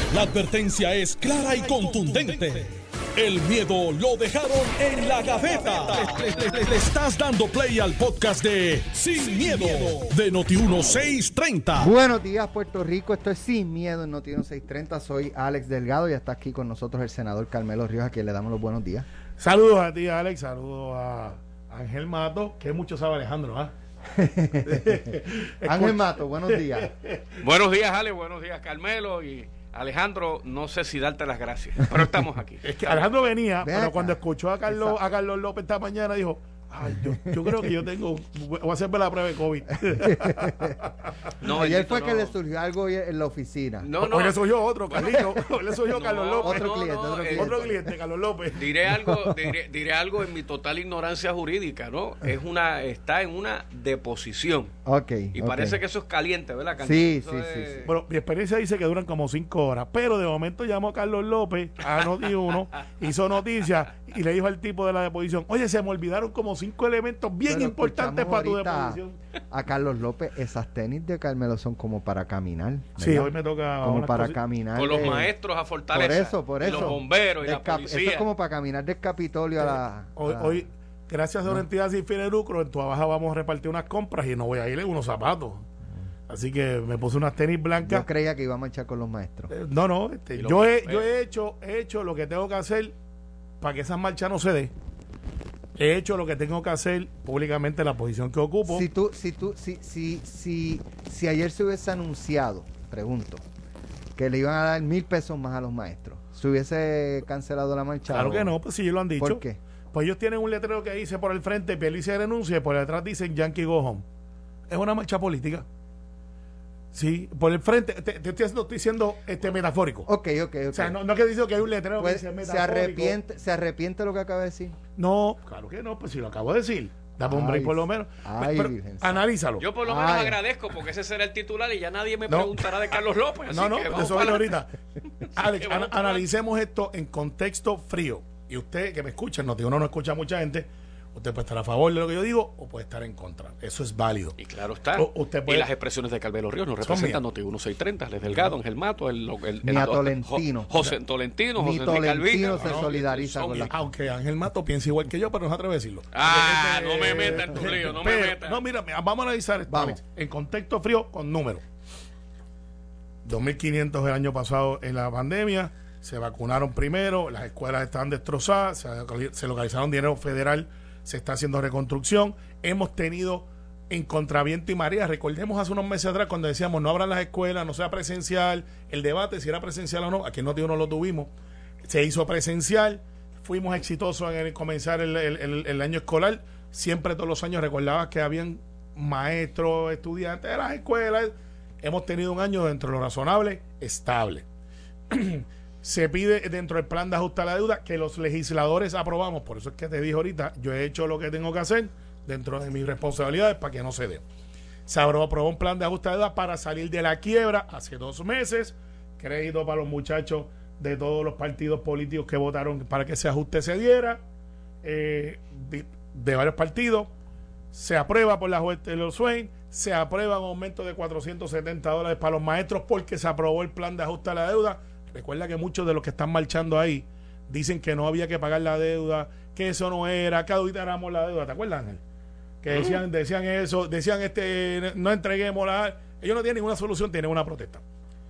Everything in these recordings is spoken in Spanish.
La advertencia es clara y contundente. El miedo lo dejaron en la gaveta. Le estás dando play al podcast de Sin Miedo de Noti1630. Buenos días, Puerto Rico. Esto es Sin Miedo en Noti1630. Soy Alex Delgado y está aquí con nosotros el senador Carmelo Ríos, a quien le damos los buenos días. Saludos a ti, Alex. Saludos a Ángel Mato, que mucho sabe Alejandro, ¿ah? Ángel Mato, buenos días. Buenos días, Alex. Buenos días, Carmelo. Y Alejandro, no sé si darte las gracias, pero estamos aquí. Es que Alejandro venía, pero cuando escuchó a Carlos López esta mañana dijo: ay, yo creo que voy a hacerme la prueba de COVID. No, ayer fue que le surgió algo en la oficina. Hoy le surgió otro, Carlito. Hoy le surgió Carlos López. Otro cliente, Carlos López. Diré algo en mi total ignorancia jurídica, ¿no? Está en una deposición. Y parece que eso es caliente, ¿verdad, Carlos? Sí. Bueno, mi experiencia dice que duran como 5 horas, pero de momento llamó a Carlos López a Noti1, hizo noticias y le dijo al tipo de la deposición: oye, se me olvidaron como 5 elementos bien importantes para tu deposición. A Carlos López, esas tenis de Carmelo son como para caminar, ¿verdad? Sí, hoy me toca como para caminar con los maestros a Fortaleza. Por eso. Y los bomberos y la policía. Eso es como para caminar del Capitolio a la... Hoy, gracias a una entidad sin fin de lucro, en Tuabaja vamos a repartir unas compras y no voy a ir en unos zapatos. Así que me puse unas tenis blancas. Yo creía que iba a marchar con los maestros. Yo he hecho lo que tengo que hacer para que esas marchas no se den. He hecho lo que tengo que hacer públicamente en la posición que ocupo. Si ayer se hubiese anunciado, pregunto, que le iban a dar $1,000 más a los maestros, ¿se hubiese cancelado la marcha? Claro que no, pues si ellos lo han dicho. ¿Por qué? Pues ellos tienen un letrero que dice por el frente: Pierluisi renuncia, y por detrás dicen Yankee go home. Es una marcha política. Sí, por el frente, te estoy diciendo metafórico. Ok. O sea, no que dice que hay un letrero que dice metafórico. ¿Se arrepiente lo que acaba de decir? No, claro que no, pues si lo acabo de decir. Dame un break por lo menos. Pero analízalo. Yo por lo menos agradezco, porque ese será el titular y ya nadie me preguntará de Carlos López. Eso viene ahorita. Alex, analicemos esto en contexto frío. Y usted que me escucha, uno no escucha a mucha gente. Usted puede estar a favor de lo que yo digo o puede estar en contra. Eso es válido. Y claro está. Y las expresiones de Carmelo Ríos nos representan Noti1630, Alex Delgado, Ángel Mato, Tolentino. José Tolentino, José Calvino. se solidariza con la... Aunque Ángel Mato piensa igual que yo, pero no se atreve a decirlo. No me meta en tu lío, no me meta. No, mira, vamos a analizar esto. Vamos. En contexto frío, con números. 2.500 el año pasado en la pandemia, se vacunaron primero, las escuelas estaban destrozadas, se localizaron dinero federal, se está haciendo reconstrucción. Hemos tenido en contraviento y marea. Recordemos hace unos meses atrás cuando decíamos no abran las escuelas, no sea presencial, el debate si era presencial o no, aquí no lo tuvimos, se hizo presencial, fuimos exitosos en comenzar el año escolar. Siempre todos los años recordabas que habían maestros, estudiantes de las escuelas. Hemos tenido un año dentro de lo razonable, estable. Se pide dentro del plan de ajuste a la deuda que los legisladores aprobamos. Por eso es que te dije ahorita, yo he hecho lo que tengo que hacer dentro de mis responsabilidades para que no se dé. Se aprobó un plan de ajuste a la deuda para salir de la quiebra hace 2 meses. Crédito para los muchachos de todos los partidos políticos que votaron para que ese ajuste se diera, de varios partidos. Se aprueba por la juez Taylor Swain. Se aprueba un aumento de $470 para los maestros porque se aprobó el plan de ajuste a la deuda. Recuerda que muchos de los que están marchando ahí dicen que no había que pagar la deuda, que eso no era, que auditáramos la deuda. ¿Te acuerdas, Ángel? Que decían eso, decían no entreguemos ellos no tienen ninguna solución, tienen una protesta.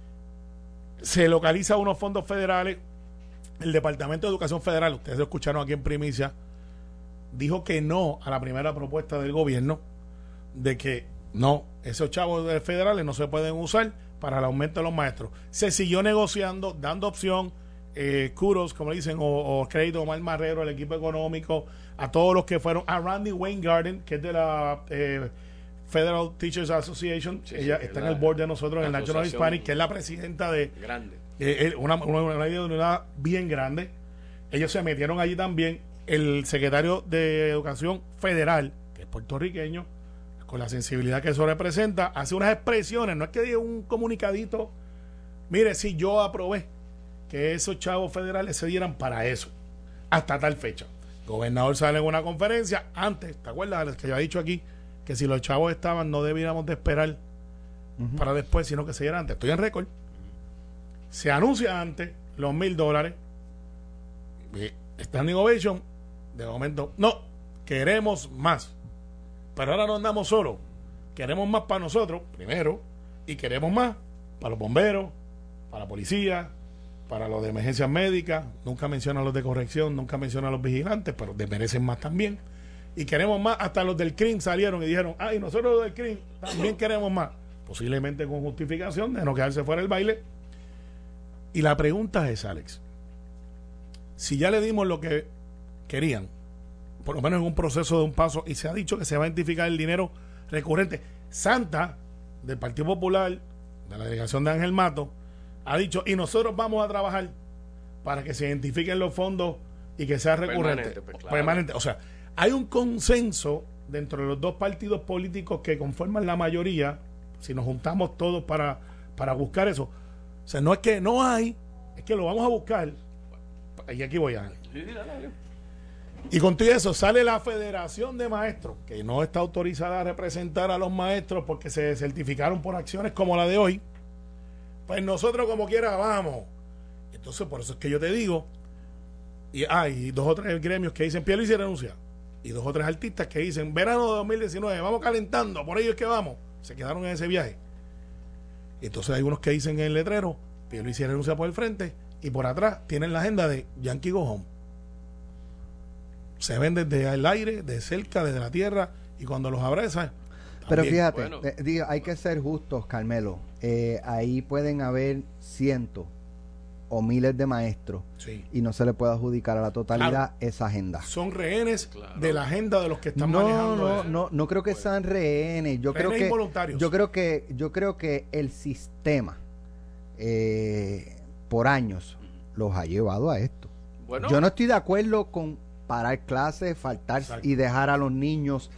Se localiza unos fondos federales. El Departamento de Educación Federal, ustedes lo escucharon aquí en primicia, dijo que no a la primera propuesta del gobierno de que no, esos chavos federales no se pueden usar para el aumento de los maestros. Se siguió negociando, dando opción, kudos, como dicen, o crédito Omar Marrero, el equipo económico, a todos los que fueron, a Randy Weingarten, que es de la Federal Teachers Association, ella está en el board de nosotros, en el National Hispanic, que es la presidenta de una idea bien grande. Ellos se metieron allí también. El secretario de Educación Federal, que es puertorriqueño, con la sensibilidad que eso representa, hace unas expresiones, no es que diga un comunicadito, mire, si yo aprobé que esos chavos federales se dieran para eso, hasta tal fecha. El gobernador sale en una conferencia, antes, ¿te acuerdas que yo he dicho aquí? Que si los chavos estaban, no debiéramos de esperar para después, sino que se dieran antes. Estoy en récord. Se anuncia antes los $1,000. Standing Ovation, de momento, no, queremos más. Pero ahora no andamos solos. Queremos más para nosotros, primero, y queremos más para los bomberos, para la policía, para los de emergencias médicas. Nunca menciona a los de corrección, nunca menciona a los vigilantes, pero merecen más también. Y queremos más, hasta los del CRIM salieron y dijeron, y nosotros los del CRIM también queremos más. Posiblemente con justificación de no quedarse fuera del baile. Y la pregunta es, Alex, si ya le dimos lo que querían, por lo menos en un proceso de un paso, y se ha dicho que se va a identificar el dinero recurrente. Santa, del Partido Popular, de la delegación de Ángel Mato, ha dicho, y nosotros vamos a trabajar para que se identifiquen los fondos y que sea recurrente. Permanente. O sea, hay un consenso dentro de los dos partidos políticos que conforman la mayoría, si nos juntamos todos para buscar eso. O sea, no es que no hay, es que lo vamos a buscar. Y aquí voy a... Y con todo eso sale la Federación de Maestros, que no está autorizada a representar a los maestros porque se certificaron por acciones como la de hoy. Pues nosotros como quiera vamos. Entonces por eso es que yo te digo, y hay 2 o 3 gremios que dicen Pierluisi renuncia, y 2 o 3 artistas que dicen verano de 2019, vamos calentando, por ello es que vamos. Se quedaron en ese viaje. Y entonces hay unos que dicen en el letrero Pierluisi renuncia por el frente, y por atrás tienen la agenda de Yankee Go Home. Se ven desde el aire, de cerca, desde la tierra, y cuando los abrazan. Pero fíjate, hay que ser justos, Carmelo. Ahí pueden haber cientos o miles de maestros, sí, y no se le puede adjudicar a la totalidad esa agenda. Son rehenes de la agenda de los que están manejando. No creo que sean rehenes. Yo creo que el sistema por años los ha llevado a esto. Bueno, yo no estoy de acuerdo con parar clases, faltar y dejar a los niños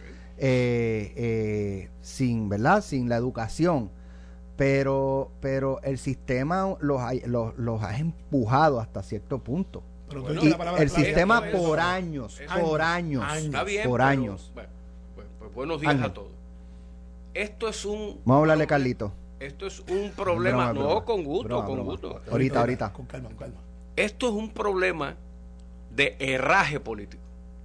sin la educación, pero el sistema los ha empujado hasta cierto punto. Y el sistema por años. Está bien, por años. Pues buenos días a todos. Esto es un... Vamos a hablarle, Carlito. Esto es un problema, con gusto. Ahorita. Con calma. Esto es un problema de herraje político,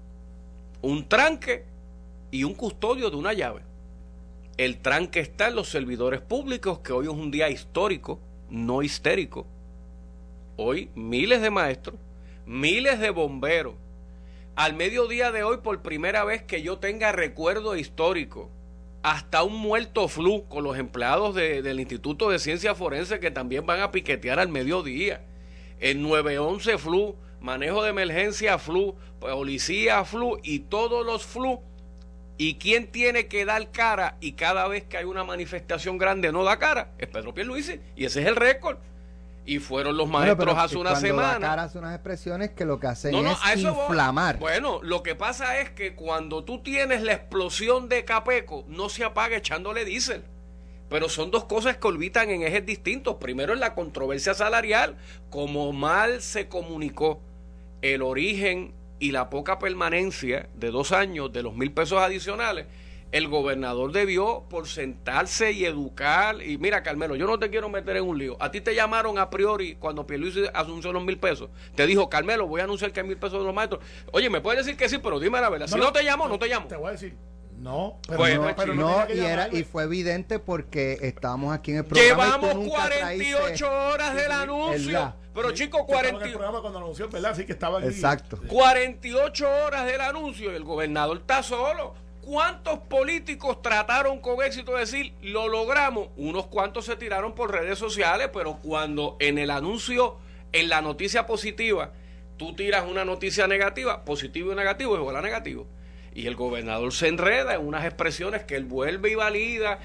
un tranque y un custodio de una llave. El tranque está en los servidores públicos, que hoy es un día histórico, no histérico. Hoy miles de maestros, miles de bomberos. Al mediodía de hoy, por primera vez que yo tenga recuerdo histórico, hasta un muerto flu con los empleados del Instituto de Ciencia Forense, que también van a piquetear al mediodía. El 911 flu, manejo de emergencia flu, policía flu y todos los flu. ¿Y quién tiene que dar cara? Y cada vez que hay una manifestación grande no da cara, es Pedro Pierluisi, y ese es el récord. Y fueron los maestros hace una semana. Da cara hace unas expresiones que lo que hacen es inflamar. Bueno, lo que pasa es que cuando tú tienes la explosión de Capeco, no se apaga echándole diésel. Pero son dos cosas que orbitan en ejes distintos. Primero, en la controversia salarial, como mal se comunicó el origen y la poca permanencia de 2 años de los $1,000 adicionales, el gobernador debió por sentarse y educar. Y mira, Carmelo, yo no te quiero meter en un lío. A ti te llamaron a priori cuando Pierluisi anunció los $1,000. Te dijo, Carmelo, voy a anunciar que hay $1,000 de los maestros. Oye, me puedes decir que sí, pero dime la verdad. Si no te llamo, no te llamo. Te voy a decir. No, y fue evidente porque estábamos aquí en el programa. Llevamos 48 horas del anuncio. Pero chicos, 48 el programa cuando anunció, ¿verdad? Así que estaba aquí. Exacto. 48 horas del anuncio y el gobernador está solo. ¿Cuántos políticos trataron con éxito de decir lo logramos? Unos cuantos se tiraron por redes sociales, pero cuando en el anuncio, en la noticia positiva, tú tiras una noticia negativa, positivo y negativo, es igual a negativo. Y el gobernador se enreda en unas expresiones que él vuelve y valida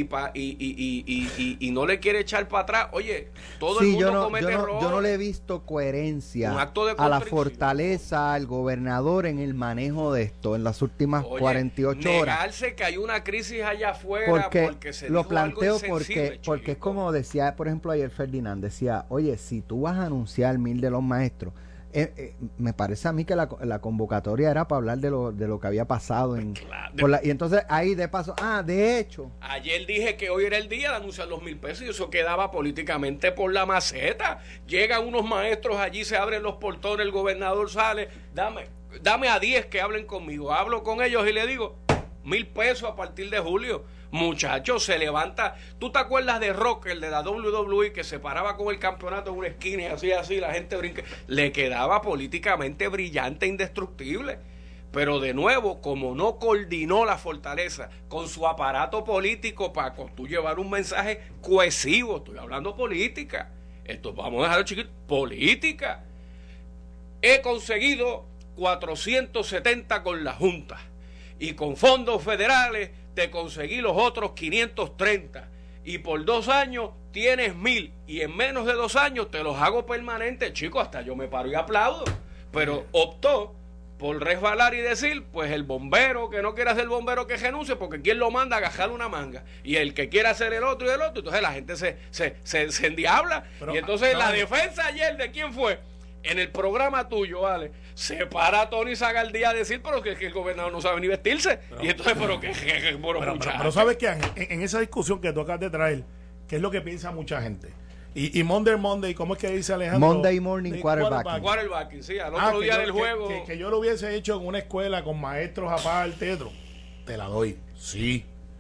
y no le quiere echar para atrás. Oye, todo el mundo comete errores. Yo no le he visto coherencia a la fortaleza al gobernador en el manejo de esto en las últimas 48 horas. Negarse que hay una crisis allá afuera porque se lo planteo porque es como decía, por ejemplo, ayer Ferdinand decía, oye, si tú vas a anunciar 1,000 de los maestros, me parece a mí que la convocatoria era para hablar de lo que había pasado y entonces ahí de paso, de hecho ayer dije que hoy era el día de anunciar los $1,000 y eso quedaba políticamente por la maceta. Llegan unos maestros allí, se abren los portones, el gobernador sale, dame a 10 que hablen conmigo. Hablo con ellos y le digo $1,000 a partir de julio. Muchachos, se levanta. ¿Tú te acuerdas de Rock, el de la WWE, que se paraba con el campeonato en una esquina y hacía así, la gente brinca? Le quedaba políticamente brillante, indestructible. Pero de nuevo, como no coordinó la Fortaleza con su aparato político para tú llevar un mensaje cohesivo, estoy hablando política. Esto vamos a dejarlo chiquito, política. He conseguido 470 con la Junta y con fondos federales te conseguí los otros 530 y por 2 años tienes 1,000 y en menos de 2 años te los hago permanentes. Chicos, hasta yo me paro y aplaudo, pero optó por resbalar y decir, pues el bombero que no quiera ser bombero que renuncie, porque quien lo manda a agajar una manga, y el que quiera hacer el otro y el otro. Entonces la gente se endiabla. Pero, y entonces la defensa ayer de quién fue, en el programa tuyo, vale, se para Tony Zagaldía a decir, pero que el gobernador no sabe ni vestirse. Y entonces, pero sabes que en esa discusión que tú acabas de traer, ¿qué es lo que piensa mucha gente? Y Monday, ¿cómo es que dice Alejandro? Monday morning quarterbacking, sí, al otro día del juego. Que yo lo hubiese hecho en una escuela con maestros aparte, te la doy. Sí.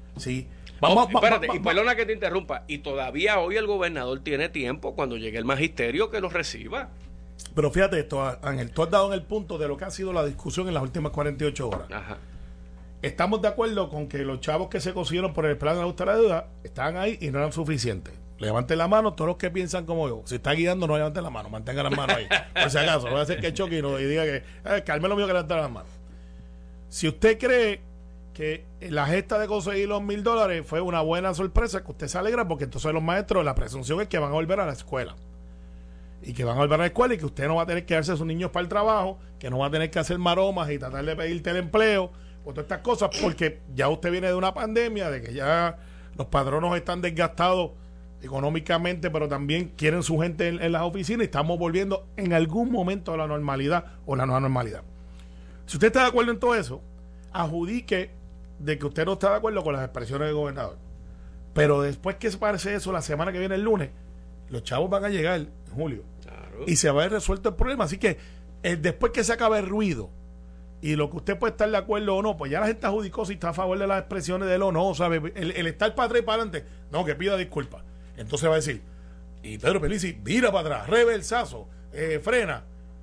Espérate, y perdona que te interrumpa. Y todavía hoy el gobernador tiene tiempo, cuando llegue el magisterio, que los reciba. Pero fíjate esto, Ángel, tú has dado en el punto de lo que ha sido la discusión en las últimas 48 horas. Ajá. Estamos de acuerdo con que los chavos que se consiguieron por el plan de ajuste a la deuda estaban ahí y no eran suficientes. Levanten la mano todos los que piensan como yo. Si está guiando, no levanten la mano, mantengan las manos ahí. Por si acaso, no voy a hacer que choque y diga que al menos mío que levantar las manos. Si usted cree que la gesta de conseguir los $1,000 fue una buena sorpresa, que usted se alegra, porque entonces los maestros, la presunción es que van a volver a la escuela. Y que van a volver a la escuela y que usted no va a tener que darse a sus niños para el trabajo, que no va a tener que hacer maromas y tratar de pedirte el empleo, o todas estas cosas, porque ya usted viene de una pandemia, de que ya los patronos están desgastados económicamente, pero también quieren su gente en las oficinas, y estamos volviendo en algún momento a la normalidad o la nueva normalidad. Si usted está de acuerdo en todo eso, adjudique de que usted no está de acuerdo con las expresiones del gobernador, pero después que se parece eso, la semana que viene, el lunes, los chavos van a llegar en julio, claro, y se va a haber resuelto el problema. Así que después que se acabe el ruido y lo que usted puede estar de acuerdo o no, pues ya la gente adjudicó si está a favor de las expresiones de él o no, ¿sabe? El estar para atrás y para adelante, no, que pida disculpas. Entonces va a decir, y Pedro Pierluisi vira para atrás, reversazo, frena.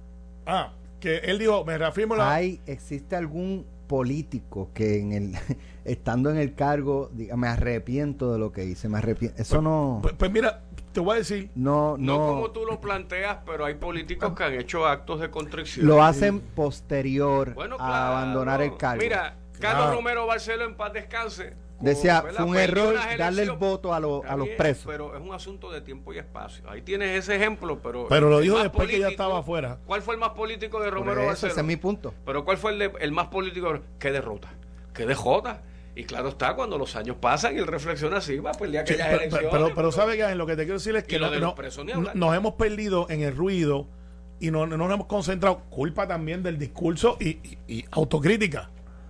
Que él dijo, me reafirmo ¿Existe algún político que estando en el cargo diga, me arrepiento de lo que hice, eso no... Pues mira, te voy a decir, no como tú lo planteas, pero hay políticos que han hecho actos de contrición. Lo hacen posterior a abandonar el cargo. Mira, Carlos Romero Barceló, en paz descanse, decía, fue un error darle el voto a los presos. Pero es un asunto de tiempo y espacio. Ahí tienes ese ejemplo, pero lo dijo después que ya estaba afuera. ¿Cuál fue el más político de Romero Barceló? Ese es mi punto. Pero ¿cuál fue el más político? ¿Qué derrota? ¿Qué DJ? Y claro está, cuando los años pasan y él reflexiona así, va a perder aquellas elecciones. Pero ¿sabe qué? Lo que te quiero decir es que nos hemos perdido en el ruido y no nos hemos concentrado. Culpa también del discurso y autocrítica.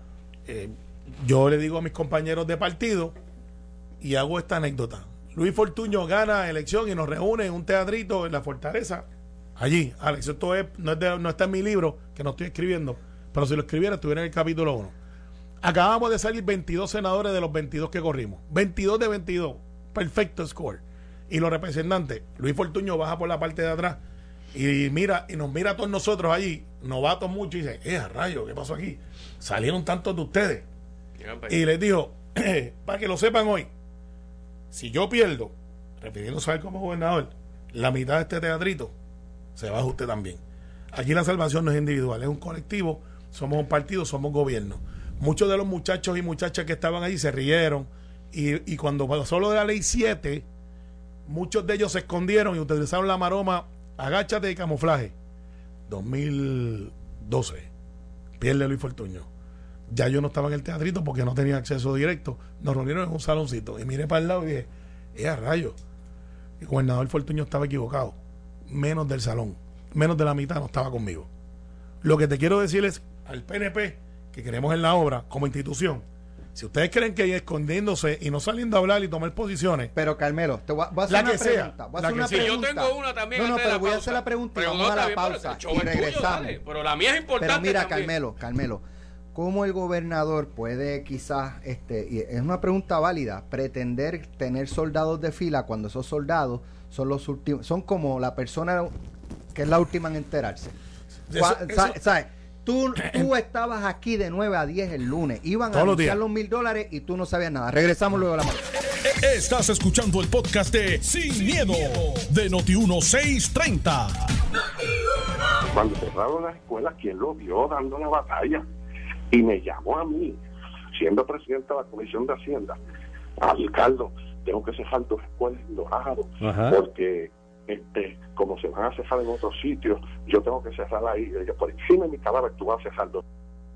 Yo le digo a mis compañeros de partido y hago esta anécdota. Luis Fortuño gana elección y nos reúne en un teatrito en la Fortaleza. Allí, Alex, esto no está en mi libro, que no estoy escribiendo, pero si lo escribiera estuviera en el capítulo 1. Acabamos de salir 22 senadores de los 22 que corrimos. 22 de 22. Perfecto score. Y los representantes, Luis Fortuño baja por la parte de atrás y nos mira a todos nosotros allí, novatos mucho, y dice, a rayo, ¿qué pasó aquí? Salieron tantos de ustedes. Y les dijo, para que lo sepan hoy, si yo pierdo, refiriéndose a él como gobernador, la mitad de este teatrito, se baja usted también. Aquí la salvación no es individual, es un colectivo, somos un partido, somos gobierno. Muchos de los muchachos y muchachas que estaban allí se rieron y cuando pasó lo de la ley 7, muchos de ellos se escondieron y utilizaron la maroma agáchate de camuflaje. 2012 pierde Luis Fortuño. Ya yo no estaba en el teatrito porque no tenía acceso directo. Nos reunieron en un saloncito y miré para el lado y dije, a rayo, el gobernador Fortuño estaba equivocado, menos del salón. menos de la mitad no estaba conmigo. Lo que te quiero decir es al PNP que queremos en la obra como institución. Si ustedes creen que escondiéndose y no saliendo a hablar y tomar posiciones. Pero Carmelo, te voy a hacer una pregunta. Voy a hacer una pregunta. Yo tengo una también. No, pero voy a hacer la pregunta y vamos a la pausa y regresamos. Pero la mía es importante. Pero mira, también. Carmelo, ¿cómo el gobernador puede quizás, y es una pregunta válida, pretender tener soldados de fila cuando esos soldados son los últimos, son como la persona que es la última en enterarse? ¿Sabes? Tú estabas aquí de 9 a 10 el lunes. Iban a anunciar los $1,000 y tú no sabías nada. Regresamos luego a la mano. Estás escuchando el podcast de Sin Miedo de Noti1630. Cuando cerraron las escuelas, ¿quién lo vio dando la batalla? Y me llamó a mí, siendo presidente de la Comisión de Hacienda, alcalde, tengo que cerrar 2 escuelas en Dorado, porque como se van a cerrar en otros sitios, yo tengo que cerrar ahí. Por encima de mi cadáver tú vas a cerrar 2.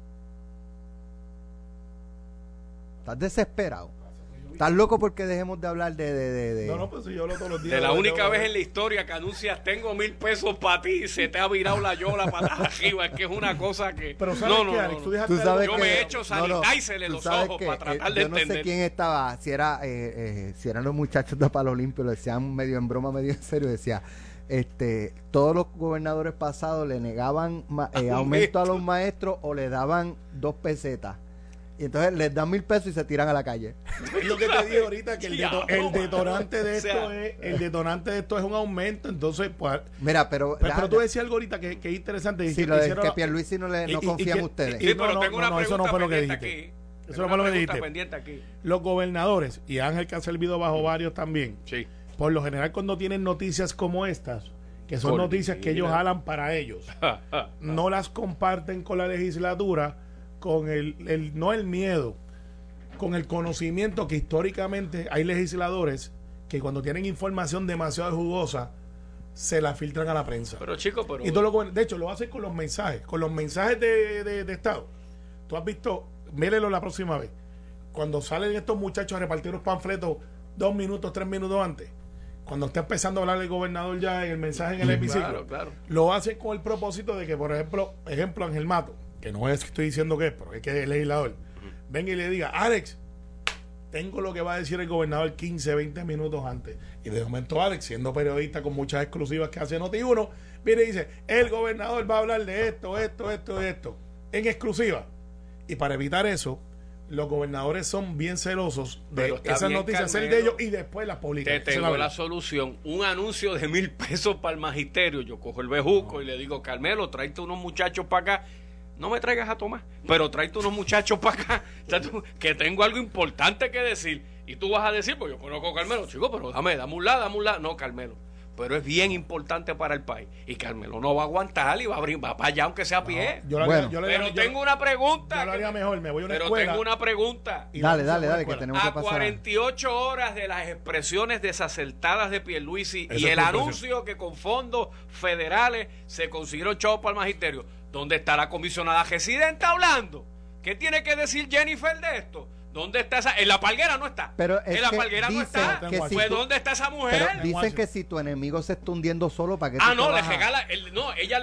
¿Estás desesperado? ¿Estás loco porque dejemos de hablar de... No, pues si yo hablo todos los días. De la única vez en la historia que anuncias tengo $1,000 para ti y se te ha virado la yola para arriba, es que es una cosa que... Pero ¿sabes qué, Alex? Tú sabes yo que, me he hecho sanitizer los ojos para tratar de entender. Yo no sé quién estaba, si eran los muchachos de Palo Limpio, lo decían medio en broma, medio en serio, decía... todos los gobernadores pasados le negaban aumento a los maestros o le daban 2 pesetas. Y entonces les dan $1,000 y se tiran a la calle. Es lo que te dije ahorita, que el detonante de esto es un aumento. Entonces, pues. Mira, pero tú decías algo ahorita que es interesante. Sí, lo de que Pierluisi no confía en ustedes. Sí, pero tengo una pregunta eso no fue lo que dijiste. Aquí. Eso no fue lo que dijiste. Los gobernadores, y Ángel que ha servido bajo varios también, por lo general cuando tienen noticias como estas, que son noticias que ellos jalan para ellos, no las comparten con la legislatura, con no el miedo, con el conocimiento que históricamente hay legisladores que cuando tienen información demasiado jugosa se la filtran a la prensa. Pero chicos, y de hecho lo hacen con los mensajes de Estado. Tú has visto, mírenlo la próxima vez, cuando salen estos muchachos a repartir los panfletos 2 minutos, 3 minutos antes, cuando está empezando a hablar el gobernador ya en el mensaje en el hemiciclo, lo hacen con el propósito de que, por ejemplo, Ángel Mato, que no es que estoy diciendo que es, pero es que es el legislador, venga y le diga, Alex, tengo lo que va a decir el gobernador 15, 20 minutos antes. Y de momento Alex, siendo periodista con muchas exclusivas que hace Noti1, viene y dice, el gobernador va a hablar de esto, en exclusiva. Y para evitar eso, los gobernadores son bien celosos de esas noticias, ser de ellos y después las publican. Te tengo la solución, un anuncio de $1,000 para el magisterio. Yo cojo el bejuco y le digo, Carmelo, tráete unos muchachos para acá. No me traigas a Tomás, pero tráete unos muchachos para acá, que tengo algo importante que decir. Y tú vas a decir, pues yo conozco a Carmelo, chico, pero dame un lado. No, Carmelo, pero es bien importante para el país. Y Carmelo no va a aguantar y va para allá aunque sea a pie. Tengo una pregunta. Yo lo haría mejor, me voy a una escuela. Pero tengo una pregunta. Dale, que tenemos que pasar. A 48 horas de las expresiones desacertadas de Pierluisi y el anuncio que con fondos federales se consiguieron chavos para el magisterio, ¿dónde está la comisionada residente hablando? ¿Qué tiene que decir Jennifer de esto? ¿Dónde está esa? En la palguera no está. Pero en la palguera no está. Pues ¿dónde está esa mujer? Pero dicen que si tu enemigo se está hundiendo solo, ¿para qué ella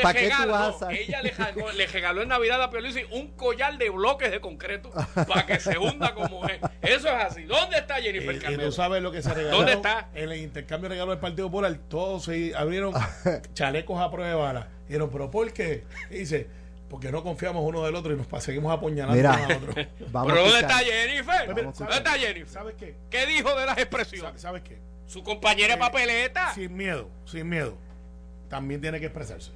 le regaló en Navidad a Pierluisi un collar de bloques de concreto para que se hunda como mujer. Eso es así. ¿Dónde está Jennifer Carmelo? Y tú sabes lo que se regaló. ¿Dónde está? En el intercambio de regalos del Partido Popular, todos se abrieron chalecos a prueba de bala. Y dijeron, ¿pero por qué? Y dice, porque no confiamos uno del otro y nos seguimos apuñalando uno a otro. ¿Pero dónde está Jennifer? ¿Dónde está Jennifer? ¿Sabes qué? ¿Qué dijo de las expresiones? ¿Sabes qué? Su compañera papeleta. Sin miedo. También tiene que expresarse.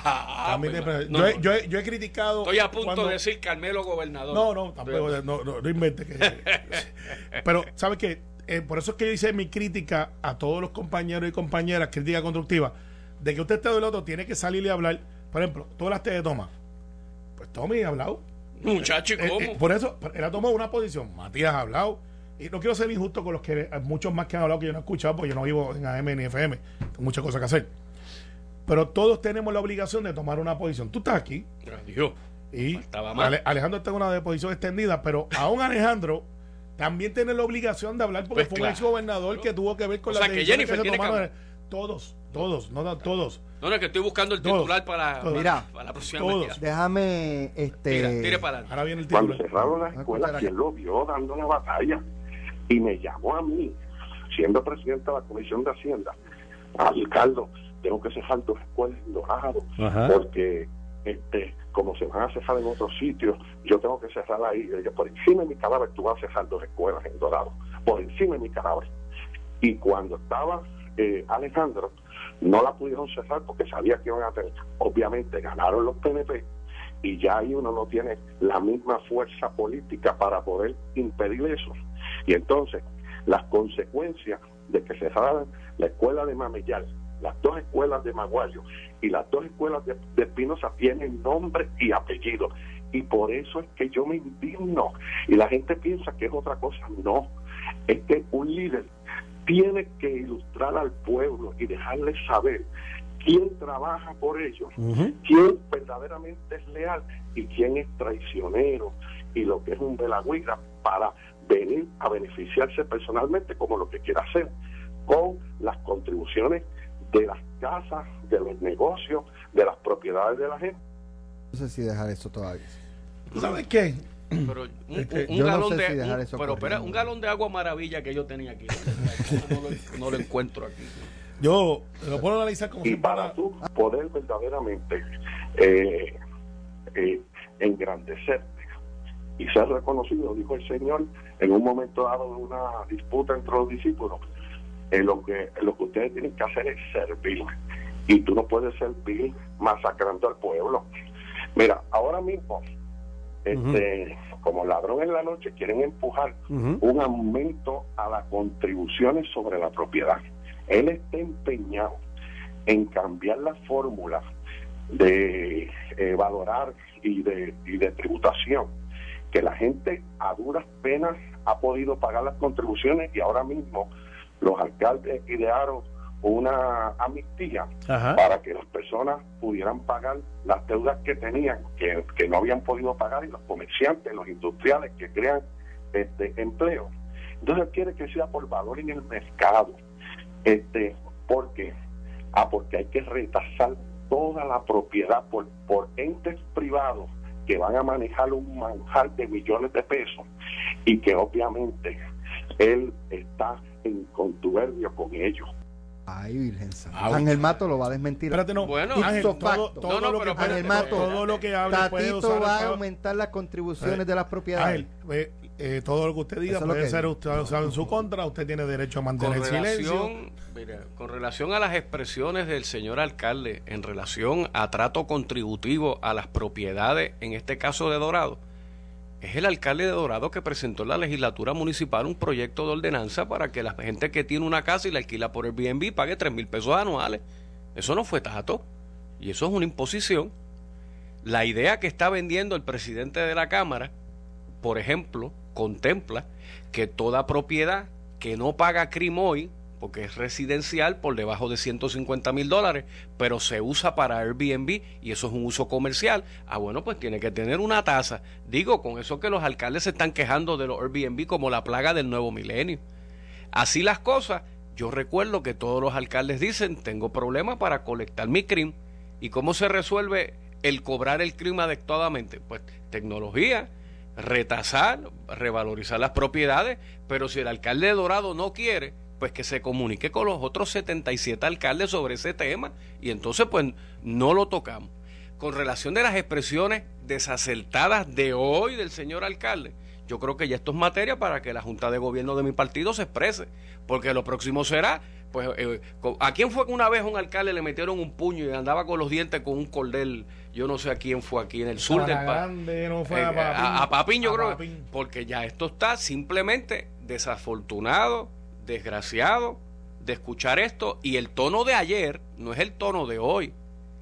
Yo he criticado. Estoy a punto de decir Carmelo gobernador. No, tampoco. No inventes. Pero, ¿sabes qué? Por eso es que yo hice mi crítica a todos los compañeros y compañeras, crítica constructiva, de que usted esté del otro, tiene que salir y hablar. Por ejemplo, tú hablaste de Tomás. Pues Tommy ha hablado. Muchacho, ¿y cómo? Por eso, él ha tomado una posición. Matías ha hablado. Y no quiero ser injusto con los que muchos más que han hablado que yo no he escuchado, porque yo no vivo en AM ni FM. Tengo muchas cosas que hacer. Pero todos tenemos la obligación de tomar una posición. Tú estás aquí. Gracias. Y Alejandro está en una posición extendida, pero aún Alejandro también tiene la obligación de hablar porque fue un ex gobernador que tuvo que ver con las decisiones que se tomaron. Todos. Todos, no todos. No, es que estoy buscando el titular para la próxima vez. Déjame tire para adelante. Ahora viene el titular. Cuando cerraron las escuelas, ¿quién lo vio dando la batalla? Y me llamó a mí, siendo presidente de la Comisión de Hacienda, alcalde, tengo que cerrar 2 escuelas en Dorado, porque como se van a cerrar en otros sitios, yo tengo que cerrar ahí. Por encima de mi cadáver tú vas a cerrar 2 escuelas en Dorado, por encima de mi cadáver. Y cuando estaba Alejandro, no la pudieron cerrar porque sabía que iban a tener. Obviamente ganaron los PNP y ya ahí uno no tiene la misma fuerza política para poder impedir eso. Y entonces las consecuencias de que cerraran la escuela de Mameyal, las 2 escuelas de Maguayo y las 2 escuelas de Espinosa tienen nombre y apellido. Y por eso es que yo me indigno. Y la gente piensa que es otra cosa. No, es que un líder tiene que ilustrar al pueblo y dejarles saber quién trabaja por ellos, quién verdaderamente es leal y quién es traicionero y lo que es un velagüira para venir a beneficiarse personalmente, como lo que quiera hacer con las contribuciones de las casas, de los negocios, de las propiedades de la gente. No sé si dejar eso todavía. ¿Sabes qué? Pero un galón de agua maravilla que yo tenía aquí. No lo encuentro aquí. Yo lo puedo analizar como y si para tú poder verdaderamente engrandecerte y ser reconocido, dijo el Señor en un momento dado de una disputa entre los discípulos, lo que ustedes tienen que hacer es servir, y tú no puedes servir masacrando al pueblo. Mira, ahora mismo como ladrón en la noche quieren empujar un aumento a las contribuciones sobre la propiedad. Él está empeñado en cambiar la fórmula de valorar y de tributación, que la gente a duras penas ha podido pagar las contribuciones, y ahora mismo los alcaldes idearon una amnistía para que las personas pudieran pagar las deudas que tenían, que no habían podido pagar, y los comerciantes, los industriales que crean empleo. Entonces quiere que sea por valor en el mercado. ¿Por qué? Porque hay que retasar toda la propiedad por entes privados que van a manejar un manjar de millones de pesos, y que obviamente él está en contubernio con ellos. Ay, Virgen Santa. Ángel Mato lo va a desmentir. Espérate, no. Bueno, Ángel, Ángel Mato, todo lo que hable Tatito va a aumentar las contribuciones de las propiedades. Ángel, todo lo que usted diga puede ser usted en su contra. Usted tiene derecho a mantener silencio. Mira, con relación a las expresiones del señor alcalde en relación a trato contributivo a las propiedades, en este caso de Dorado, es el alcalde de Dorado que presentó en la legislatura municipal un proyecto de ordenanza para que la gente que tiene una casa y la alquila por Airbnb pague 3,000 pesos anuales. Eso no fue tato, y eso es una imposición. La idea que está vendiendo el presidente de la Cámara, por ejemplo, contempla que toda propiedad que no paga CRIM hoy, porque es residencial por debajo de $150,000, pero se usa para Airbnb y eso es un uso comercial, bueno, pues tiene que tener una tasa. Digo, con eso que los alcaldes se están quejando de los Airbnb como la plaga del nuevo milenio. Así las cosas, yo recuerdo que todos los alcaldes dicen, tengo problemas para colectar mi CRIM. ¿Y cómo se resuelve el cobrar el CRIM adecuadamente? Pues tecnología, retasar, revalorizar las propiedades, pero si el alcalde de Dorado no quiere, pues que se comunique con los otros 77 alcaldes sobre ese tema, y entonces pues no lo tocamos. Con relación de las expresiones desacertadas de hoy del señor alcalde, yo creo que ya esto es materia para que la Junta de Gobierno de mi partido se exprese, porque lo próximo será, pues, ¿a quién fue que una vez un alcalde le metieron un puño y andaba con los dientes con un cordel? Yo no sé a quién fue aquí en el sur del país. No fue a Papín. A Papín, yo creo, porque ya esto está simplemente desafortunado, desgraciado de escuchar esto, y el tono de ayer no es el tono de hoy.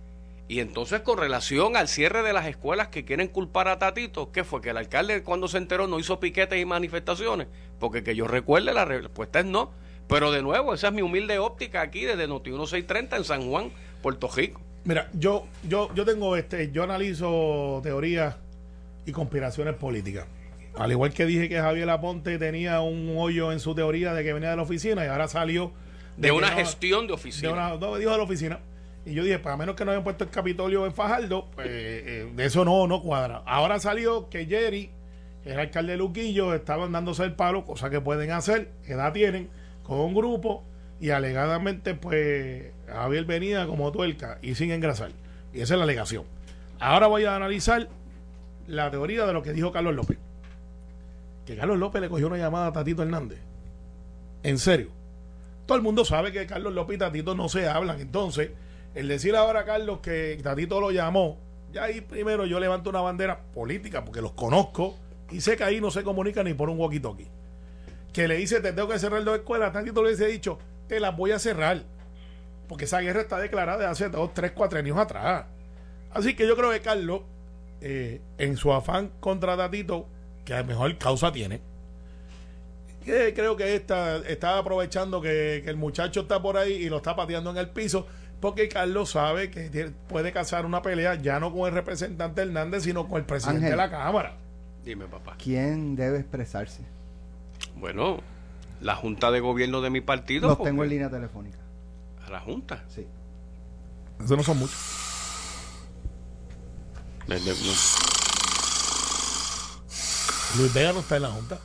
Y entonces, con relación al cierre de las escuelas que quieren culpar a Tatito, ¿qué fue? Que el alcalde, cuando se enteró, no hizo piquetes y manifestaciones, porque que yo recuerde, la respuesta es no. Pero de nuevo, esa es mi humilde óptica aquí desde Noti1 630 en San Juan, Puerto Rico. Mira, yo tengo yo analizo teorías y conspiraciones políticas. Al igual que dije que Javier Aponte tenía un hoyo en su teoría de que venía de la oficina, y ahora salió de una gestión de oficina. Dijo de la oficina. Y yo dije, pues a menos que no hayan puesto el Capitolio en Fajardo, pues de eso no cuadra. Ahora salió que Jerry, el alcalde de Luquillo, estaban dándose el palo, cosa que pueden hacer, edad tienen, con un grupo, y alegadamente, pues, Javier venía como tuerca y sin engrasar. Y esa es la alegación. Ahora voy a analizar la teoría de lo que dijo Carlos López. Que Carlos López le cogió una llamada a Tatito Hernández. En serio. Todo el mundo sabe que Carlos López y Tatito no se hablan. Entonces, el decir ahora a Carlos que Tatito lo llamó, ya ahí primero yo levanto una bandera política porque los conozco y sé que ahí no se comunica ni por un walkie-talkie. Que le dice, te tengo que cerrar 2 escuelas, Tatito le hubiese dicho, te las voy a cerrar. Porque esa guerra está declarada de hace 2, 3, 4 años atrás. Así que yo creo que Carlos, en su afán contra Tatito, que a lo mejor causa tiene, creo que está aprovechando que el muchacho está por ahí y lo está pateando en el piso, porque Carlos sabe que puede cazar una pelea ya no con el representante Hernández, sino con el presidente Ángel, de la Cámara. Dime, papá. ¿Quién debe expresarse? Bueno, la Junta de Gobierno de mi partido. Los tengo en línea telefónica. ¿A la Junta? Sí. Eso no son muchos. Luis Vega no está en la Junta.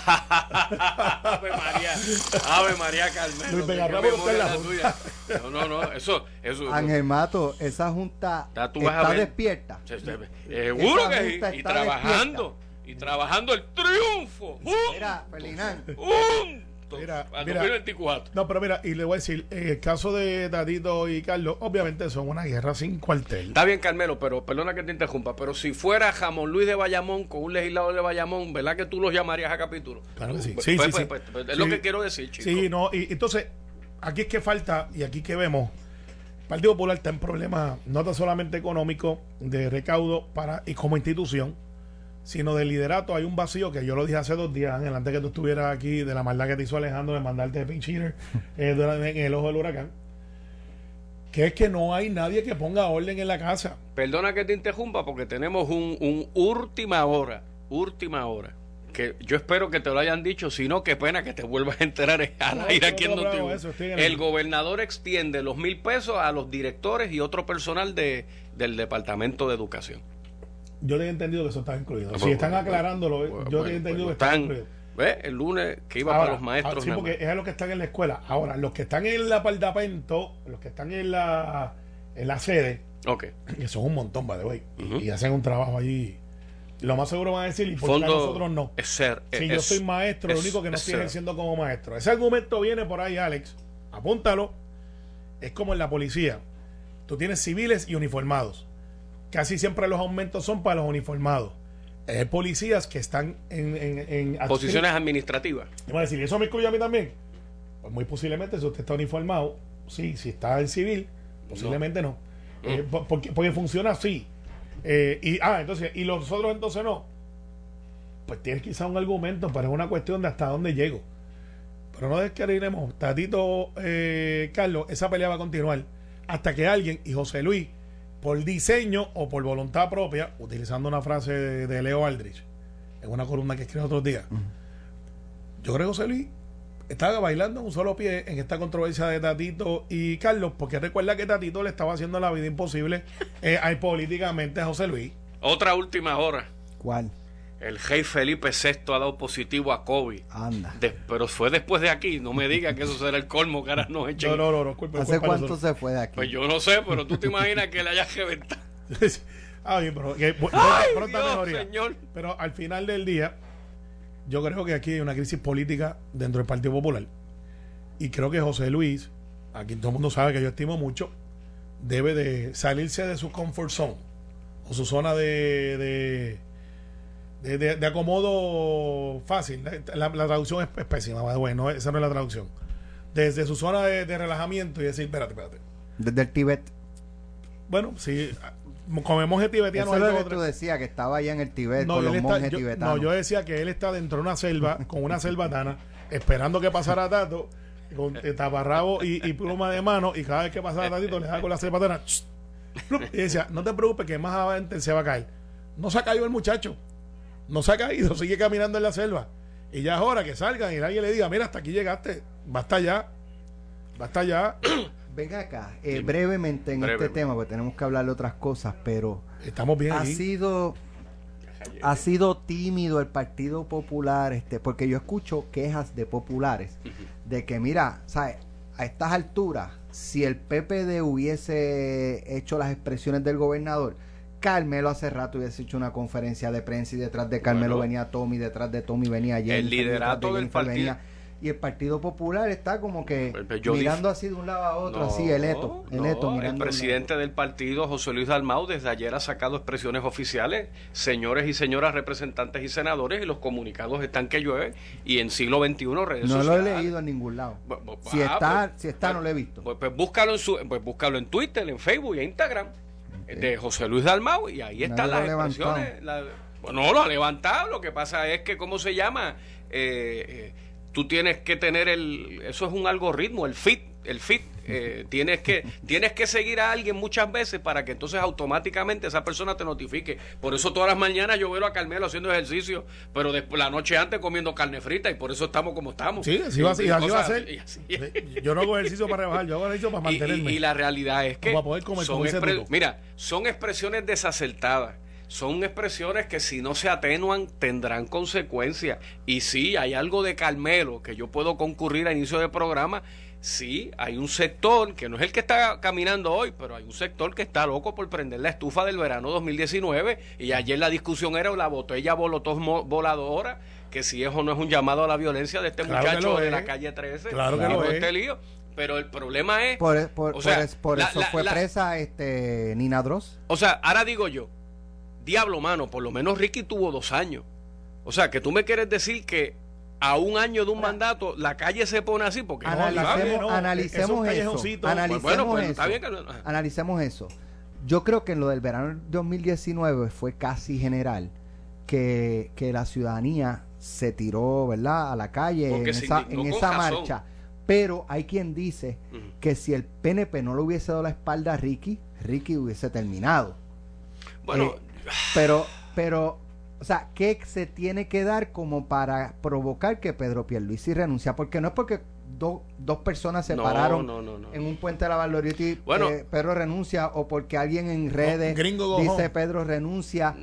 Ave María Carmen. Luis Vega no está en la Junta. No, eso. Ángel Mato, esa Junta está despierta. Seguro que sí. Y trabajando. Despierta. Y trabajando el triunfo. Mira, Ferdinand. Mira, 2024. No, pero mira, y le voy a decir, en el caso de Tatito y Carlos, obviamente son una guerra sin cuartel. Está bien, Carmelo, pero perdona que te interrumpa, pero si fuera Jamón Luis de Bayamón con un legislador de Bayamón, ¿verdad que tú los llamarías a capítulo? Claro que sí. Es lo que quiero decir, chicos. Sí, no, y entonces, aquí es que falta, y aquí que vemos, el Partido Popular está en problemas no tan solamente económico, de recaudo y como institución, sino de liderato. Hay un vacío que yo lo dije hace 2 días, Ángel, antes que tú estuvieras aquí, de la maldad que te hizo Alejandro de mandarte de pinch hitter en el ojo del huracán, que es que no hay nadie que ponga orden en la casa. Perdona que te interrumpa porque tenemos un última hora, que yo espero que te lo hayan dicho, si no, qué pena que te vuelvas a enterar al aire aquí en Noti1. El gobernador extiende los $1,000 a los directores y otro personal del Departamento de Educación. Yo tenía entendido que eso estaba incluido. Si están aclarándolo, yo tenía entendido que está incluido. ¿Ves? El lunes que iba para los maestros. Sí, porque es a los que están en la escuela. Ahora, los que están en el apartamento, los que están en la sede, que son un montón, by the way, y hacen un trabajo allí, lo más seguro van a decir, y por qué a nosotros no. Yo soy maestro, lo único que no estoy ejerciendo como maestro. Ese argumento viene por ahí, Alex. Apúntalo. Es como en la policía. Tú tienes civiles y uniformados. Casi siempre los aumentos son para los uniformados. Hay policías que están en posiciones administrativas. Y van a decir, ¿eso me incluye a mí también? Pues muy posiblemente, si usted está uniformado, sí. Si está en civil, posiblemente no. Porque funciona así. Entonces, ¿y los otros entonces no? Pues tienes quizá un argumento, pero es una cuestión de hasta dónde llego. Pero no descarrilemos. Tatito, Carlos, esa pelea va a continuar hasta que alguien, y José Luis, por diseño o por voluntad propia, utilizando una frase de Leo Aldrich en una columna que escribió otros días, yo creo que José Luis estaba bailando en un solo pie en esta controversia de Tatito y Carlos, porque recuerda que Tatito le estaba haciendo la vida imposible políticamente a José Luis. Otra última hora. ¿Cuál? El rey Felipe VI ha dado positivo a COVID. Anda. Pero fue después de aquí. No me digas que eso será el colmo que ahora nos echen. No. ¿Hace cuánto se fue de aquí? Pues yo no sé, pero tú te imaginas que le hayas reventado. Señor. Pero al final del día, yo creo que aquí hay una crisis política dentro del Partido Popular. Y creo que José Luis, a quien todo el mundo sabe que yo estimo mucho, debe de salirse de su comfort zone o su zona de acomodo fácil. La traducción es pésima, bueno, esa no es la traducción. Desde su zona de relajamiento y decir, espérate. Desde el Tíbet. Bueno, sí, comemos el tibetiano. Eso es lo que tú decías, que estaba allá en el Tíbet con los monjes tibetanos. No, yo decía que él está dentro de una selva con una selvatana esperando que pasara Tato con taparrabo y pluma de mano, y cada vez que pasara Tatito le daba con la selvatana y decía, no te preocupes que más adelante se va a caer. No se ha caído el muchacho, no se ha caído, sigue caminando en la selva, y ya es hora que salgan y alguien le diga, mira, hasta aquí llegaste, basta ya. Basta ya. Venga acá, brevemente en este tema, porque tenemos que hablar de otras cosas, pero estamos bien. Ha sido tímido el Partido Popular, porque yo escucho quejas de populares de que, mira, ¿sabes? A estas alturas, si el PPD hubiese hecho las expresiones del gobernador, Carmelo hace rato hubiese hecho una conferencia de prensa y detrás de Carmelo venía Tommy, detrás de Tommy venía Jennifer, el liderato del partido. Y el Partido Popular está como que mirando así de un lado a otro, así electo mirando. El presidente del partido, José Luis Dalmau, desde ayer ha sacado expresiones oficiales, señores y señoras representantes y senadores, y los comunicados están que llueven, y en siglo XXI redes sociales. No lo he leído en ningún lado. Si está no lo he visto. Pues búscalo en Twitter, en Facebook y en Instagram, de José Luis Dalmau, y ahí están las expresiones. No lo ha levantado, lo que pasa es que, ¿cómo se llama? Tú tienes que tener eso es un algoritmo, el feed, tienes que seguir a alguien muchas veces para que entonces automáticamente esa persona te notifique. Por eso todas las mañanas yo veo a Carmelo haciendo ejercicio, pero después la noche antes comiendo carne frita, y por eso estamos como estamos. Sí, así va a ser. Yo no hago ejercicio para rebajar, yo hago ejercicio para mantenerme. Y la realidad es que mira, son expresiones desacertadas. Son expresiones que, si no se atenuan, tendrán consecuencias. Y sí, hay algo de Carmelo que yo puedo concurrir a inicio de programa. Sí, hay un sector que no es el que está caminando hoy, pero hay un sector que está loco por prender la estufa del verano 2019. Y ayer la discusión era la botella voladora, que si eso no es un llamado a la violencia de este muchacho de la calle 13. Claro que lo es. Este lío. Pero el problema es... Por eso fue presa Nina Dross. O sea, ahora digo yo, diablo, mano, por lo menos Ricky tuvo 2 años. O sea, que tú me quieres decdecir que a un año de un mandato la calle se pone así, porque analicemos eso. Yo creo que en lo del verano 2019 fue casi general que la ciudadanía se tiró, ¿verdad?, a la calle en esa marcha. Pero hay quien dice que si el PNP no le hubiese dado la espalda a Ricky hubiese terminado. Bueno, pero, o sea, ¿qué se tiene que dar como para provocar que Pedro Pierluisi renuncia? Porque no es porque dos personas se pararon en un puente de la Valdoriotti, Pedro renuncia, o porque alguien en redes dice Pedro renuncia.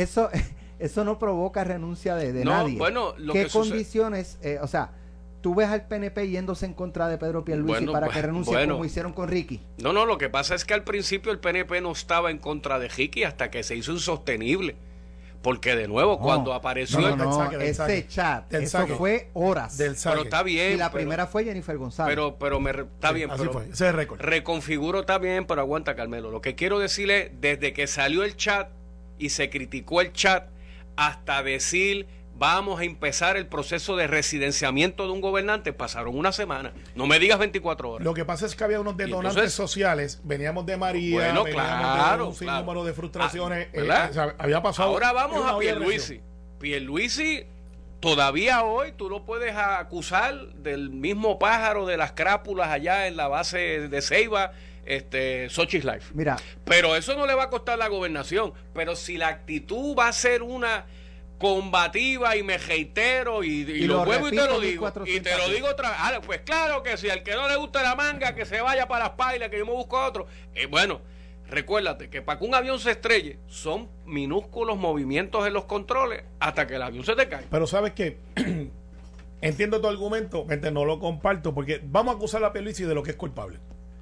Eso no provoca renuncia de nadie. ¿Qué condiciones? O sea, ¿tú ves al PNP yéndose en contra de Pedro Pierluisi para que renuncie como hicieron con Ricky? No, lo que pasa es que al principio el PNP no estaba en contra de Ricky hasta que se hizo insostenible. Porque de nuevo, cuando apareció ese chat, eso fue horas. Pero está bien. Y la primera fue Jennifer González. Está bien. Así fue, ese es el récord. Reconfiguro también, pero aguanta, Carmelo. Lo que quiero decirle, desde que salió el chat y se criticó el chat, hasta decir vamos a empezar el proceso de residenciamiento de un gobernante, pasaron una semana. No me digas 24 horas. Lo que pasa es que había unos detonantes sociales. Veníamos de María, de un sinnúmero de frustraciones. Había pasado. Ahora vamos a Pierluisi. Pierluisi, todavía hoy tú lo puedes acusar del mismo pájaro de las crápulas allá en la base de Ceiba, Xochitl Life. Mira. Pero eso no le va a costar la gobernación. Pero si la actitud va a ser una combativa, y me reitero y lo vuelvo y te lo digo otra vez, pues claro que si al que no le gusta la manga, que se vaya para las pailas, que yo me busco a otro. Bueno, recuérdate que para que un avión se estrelle son minúsculos movimientos en los controles hasta que el avión se te cae. Pero sabes que entiendo tu argumento, gente, no lo comparto, porque vamos a acusar a Pierluisi de lo que es culpable.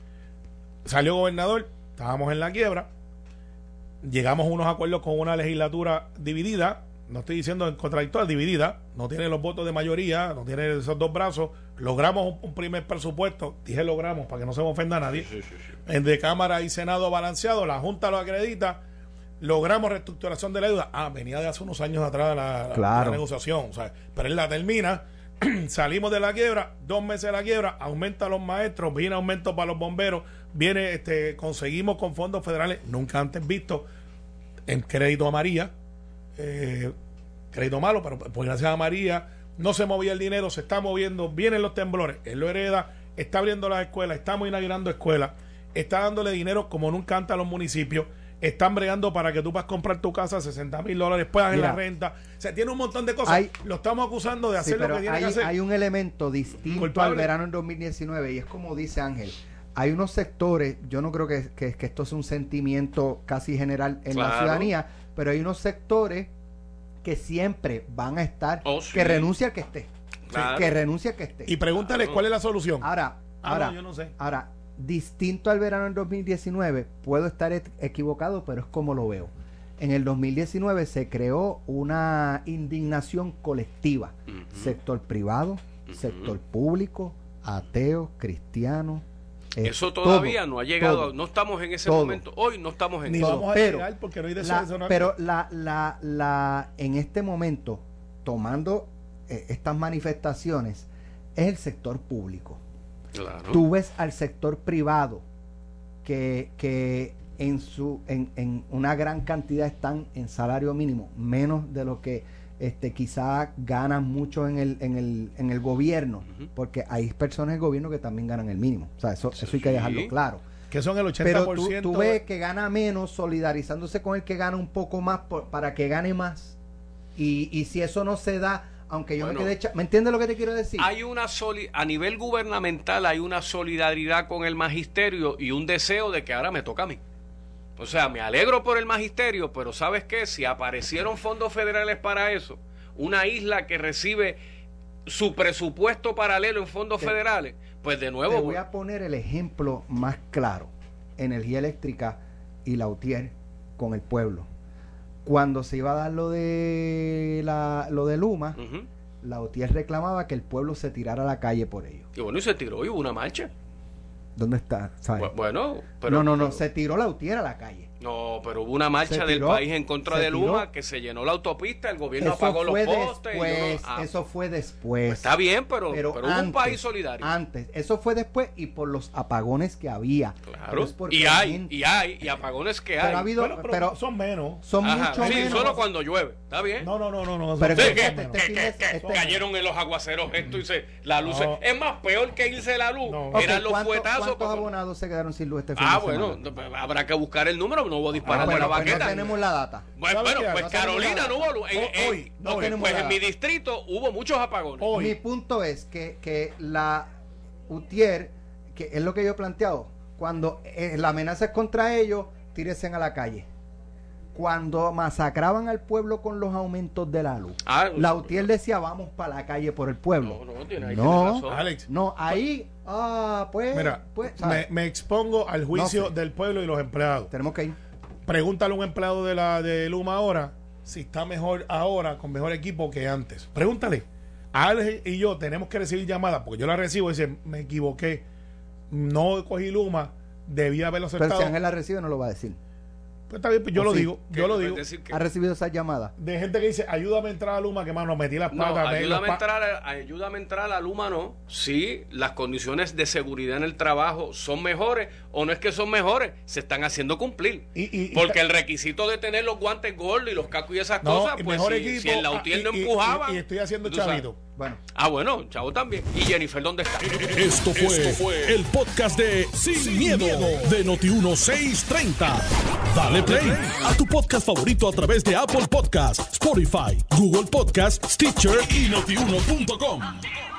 Salió gobernador, estábamos en la quiebra, llegamos a unos acuerdos con una legislatura dividida. No estoy diciendo en contradictoria, dividida, no tiene los votos de mayoría, no tiene esos dos brazos. Logramos un primer presupuesto, dije logramos para que no se me ofenda a nadie, de Cámara y Senado balanceado, la Junta lo acredita, logramos reestructuración de la deuda. Venía de hace unos años atrás la negociación, pero él la termina, salimos de la quiebra, 2 meses de la quiebra, aumenta a los maestros, viene aumento para los bomberos, conseguimos con fondos federales nunca antes visto en crédito a María. Crédito malo, pero pues gracias a María no se movía el dinero, se está moviendo, vienen los temblores, él lo hereda, está abriendo las escuelas, estamos inaugurando escuelas, está dándole dinero como nunca antes a los municipios, están bregando para que tú puedas comprar tu casa, $60,000, puedas en la renta. O sea, tiene un montón de cosas. Lo estamos acusando de hacer lo que tiene que hacer. Hay un elemento distinto al verano en 2019 y es como dice Ángel. Hay unos sectores, yo no creo que esto es un sentimiento casi general en la ciudadanía, pero hay unos sectores que siempre van a estar, que renuncia al que esté. Claro. Que renuncia al que esté. Y pregúntale cuál es la solución. Ahora, yo no sé. Ahora, distinto al verano en 2019, puedo estar equivocado, pero es como lo veo. En el 2019 se creó una indignación colectiva. Sector privado, sector público, ateos, cristianos. Eso todavía no ha llegado, no estamos en ese momento. Hoy no estamos en eso. Ni vamos a llegar porque no hay deseo. Pero en este momento, tomando estas manifestaciones, es el sector público. Claro. Tú ves al sector privado que en una gran cantidad están en salario mínimo, menos de lo que quizás ganan mucho en el gobierno, porque hay personas en el gobierno que también ganan el mínimo. O sea, eso hay que dejarlo claro. Que son el 80%. Pero tú ves que gana menos solidarizándose con el que gana un poco más para que gane más. Y si eso no se da, aunque yo me quedé ¿me entiendes lo que te quiero decir? Hay a nivel gubernamental hay una solidaridad con el magisterio y un deseo de que ahora me toca a mí. O sea, me alegro por el magisterio, pero ¿sabes qué? Si aparecieron fondos federales para eso, una isla que recibe su presupuesto paralelo en fondos federales, pues de nuevo... Te voy a poner el ejemplo más claro. Energía Eléctrica y Lautier con el pueblo. Cuando se iba a dar lo de Luma, Lautier reclamaba que el pueblo se tirara a la calle por ello. Y bueno, y se tiró y hubo una marcha. ¿Dónde está? ¿Sabes? Bueno, pero... No, se tiró Lautier a la calle. No, pero hubo una marcha del país en contra de Luma, que se llenó la autopista, el gobierno apagó los postes. Eso fue después. Pues está bien, pero hubo un país solidario. Antes, eso fue después y por los apagones que había. Claro, y apagones que hay. Pero ha habido, pero son menos. Son mucho menos. Solo cuando llueve, ¿está bien? No. Pero cayeron en los aguaceros esto y la luz. Es más peor que irse la luz. Eran los fuetazos. ¿Cuántos abonados se quedaron sin luz este fin de semana? Bueno, habrá que buscar el número. No hubo disparar de la baqueta. No tenemos la data. Bueno, pues Carolina no hubo luz. Pues en mi distrito hubo muchos apagones. Mi punto es que la UTIER, que es lo que yo he planteado, cuando la amenaza es contra ellos, tírense a la calle. Cuando masacraban al pueblo con los aumentos de la luz, la UTIER decía vamos para la calle por el pueblo. Tiene razón. Alex. Ahí, mira, me expongo al juicio del pueblo y los empleados. Tenemos que ir. Pregúntale a un empleado de Luma ahora si está mejor ahora, con mejor equipo que antes. Pregúntale. Alex y yo tenemos que recibir llamadas, porque yo la recibo y dice, me equivoqué, no cogí Luma, debía haberlo aceptado. Pero si Ángel la recibe no lo va a decir. Pues está bien, pues yo lo digo. ¿Ha recibido esas llamadas? De gente que dice, ayúdame a entrar a Luma, que mano, metí las patas. Ayúdame a entrar a Luma, no. Sí, las condiciones de seguridad en el trabajo son mejores, o no es que son mejores, se están haciendo cumplir. Porque el requisito de tener los guantes gordos y los cascos y esas cosas, pues si el Lautier no empujaba. Y estoy haciendo chavito. Bueno, chavo también. ¿Y Jennifer dónde está? Esto fue el podcast de Sin miedo de Noti1630. Dale play a tu podcast favorito a través de Apple Podcasts, Spotify, Google Podcasts, Stitcher y Notiuno.com.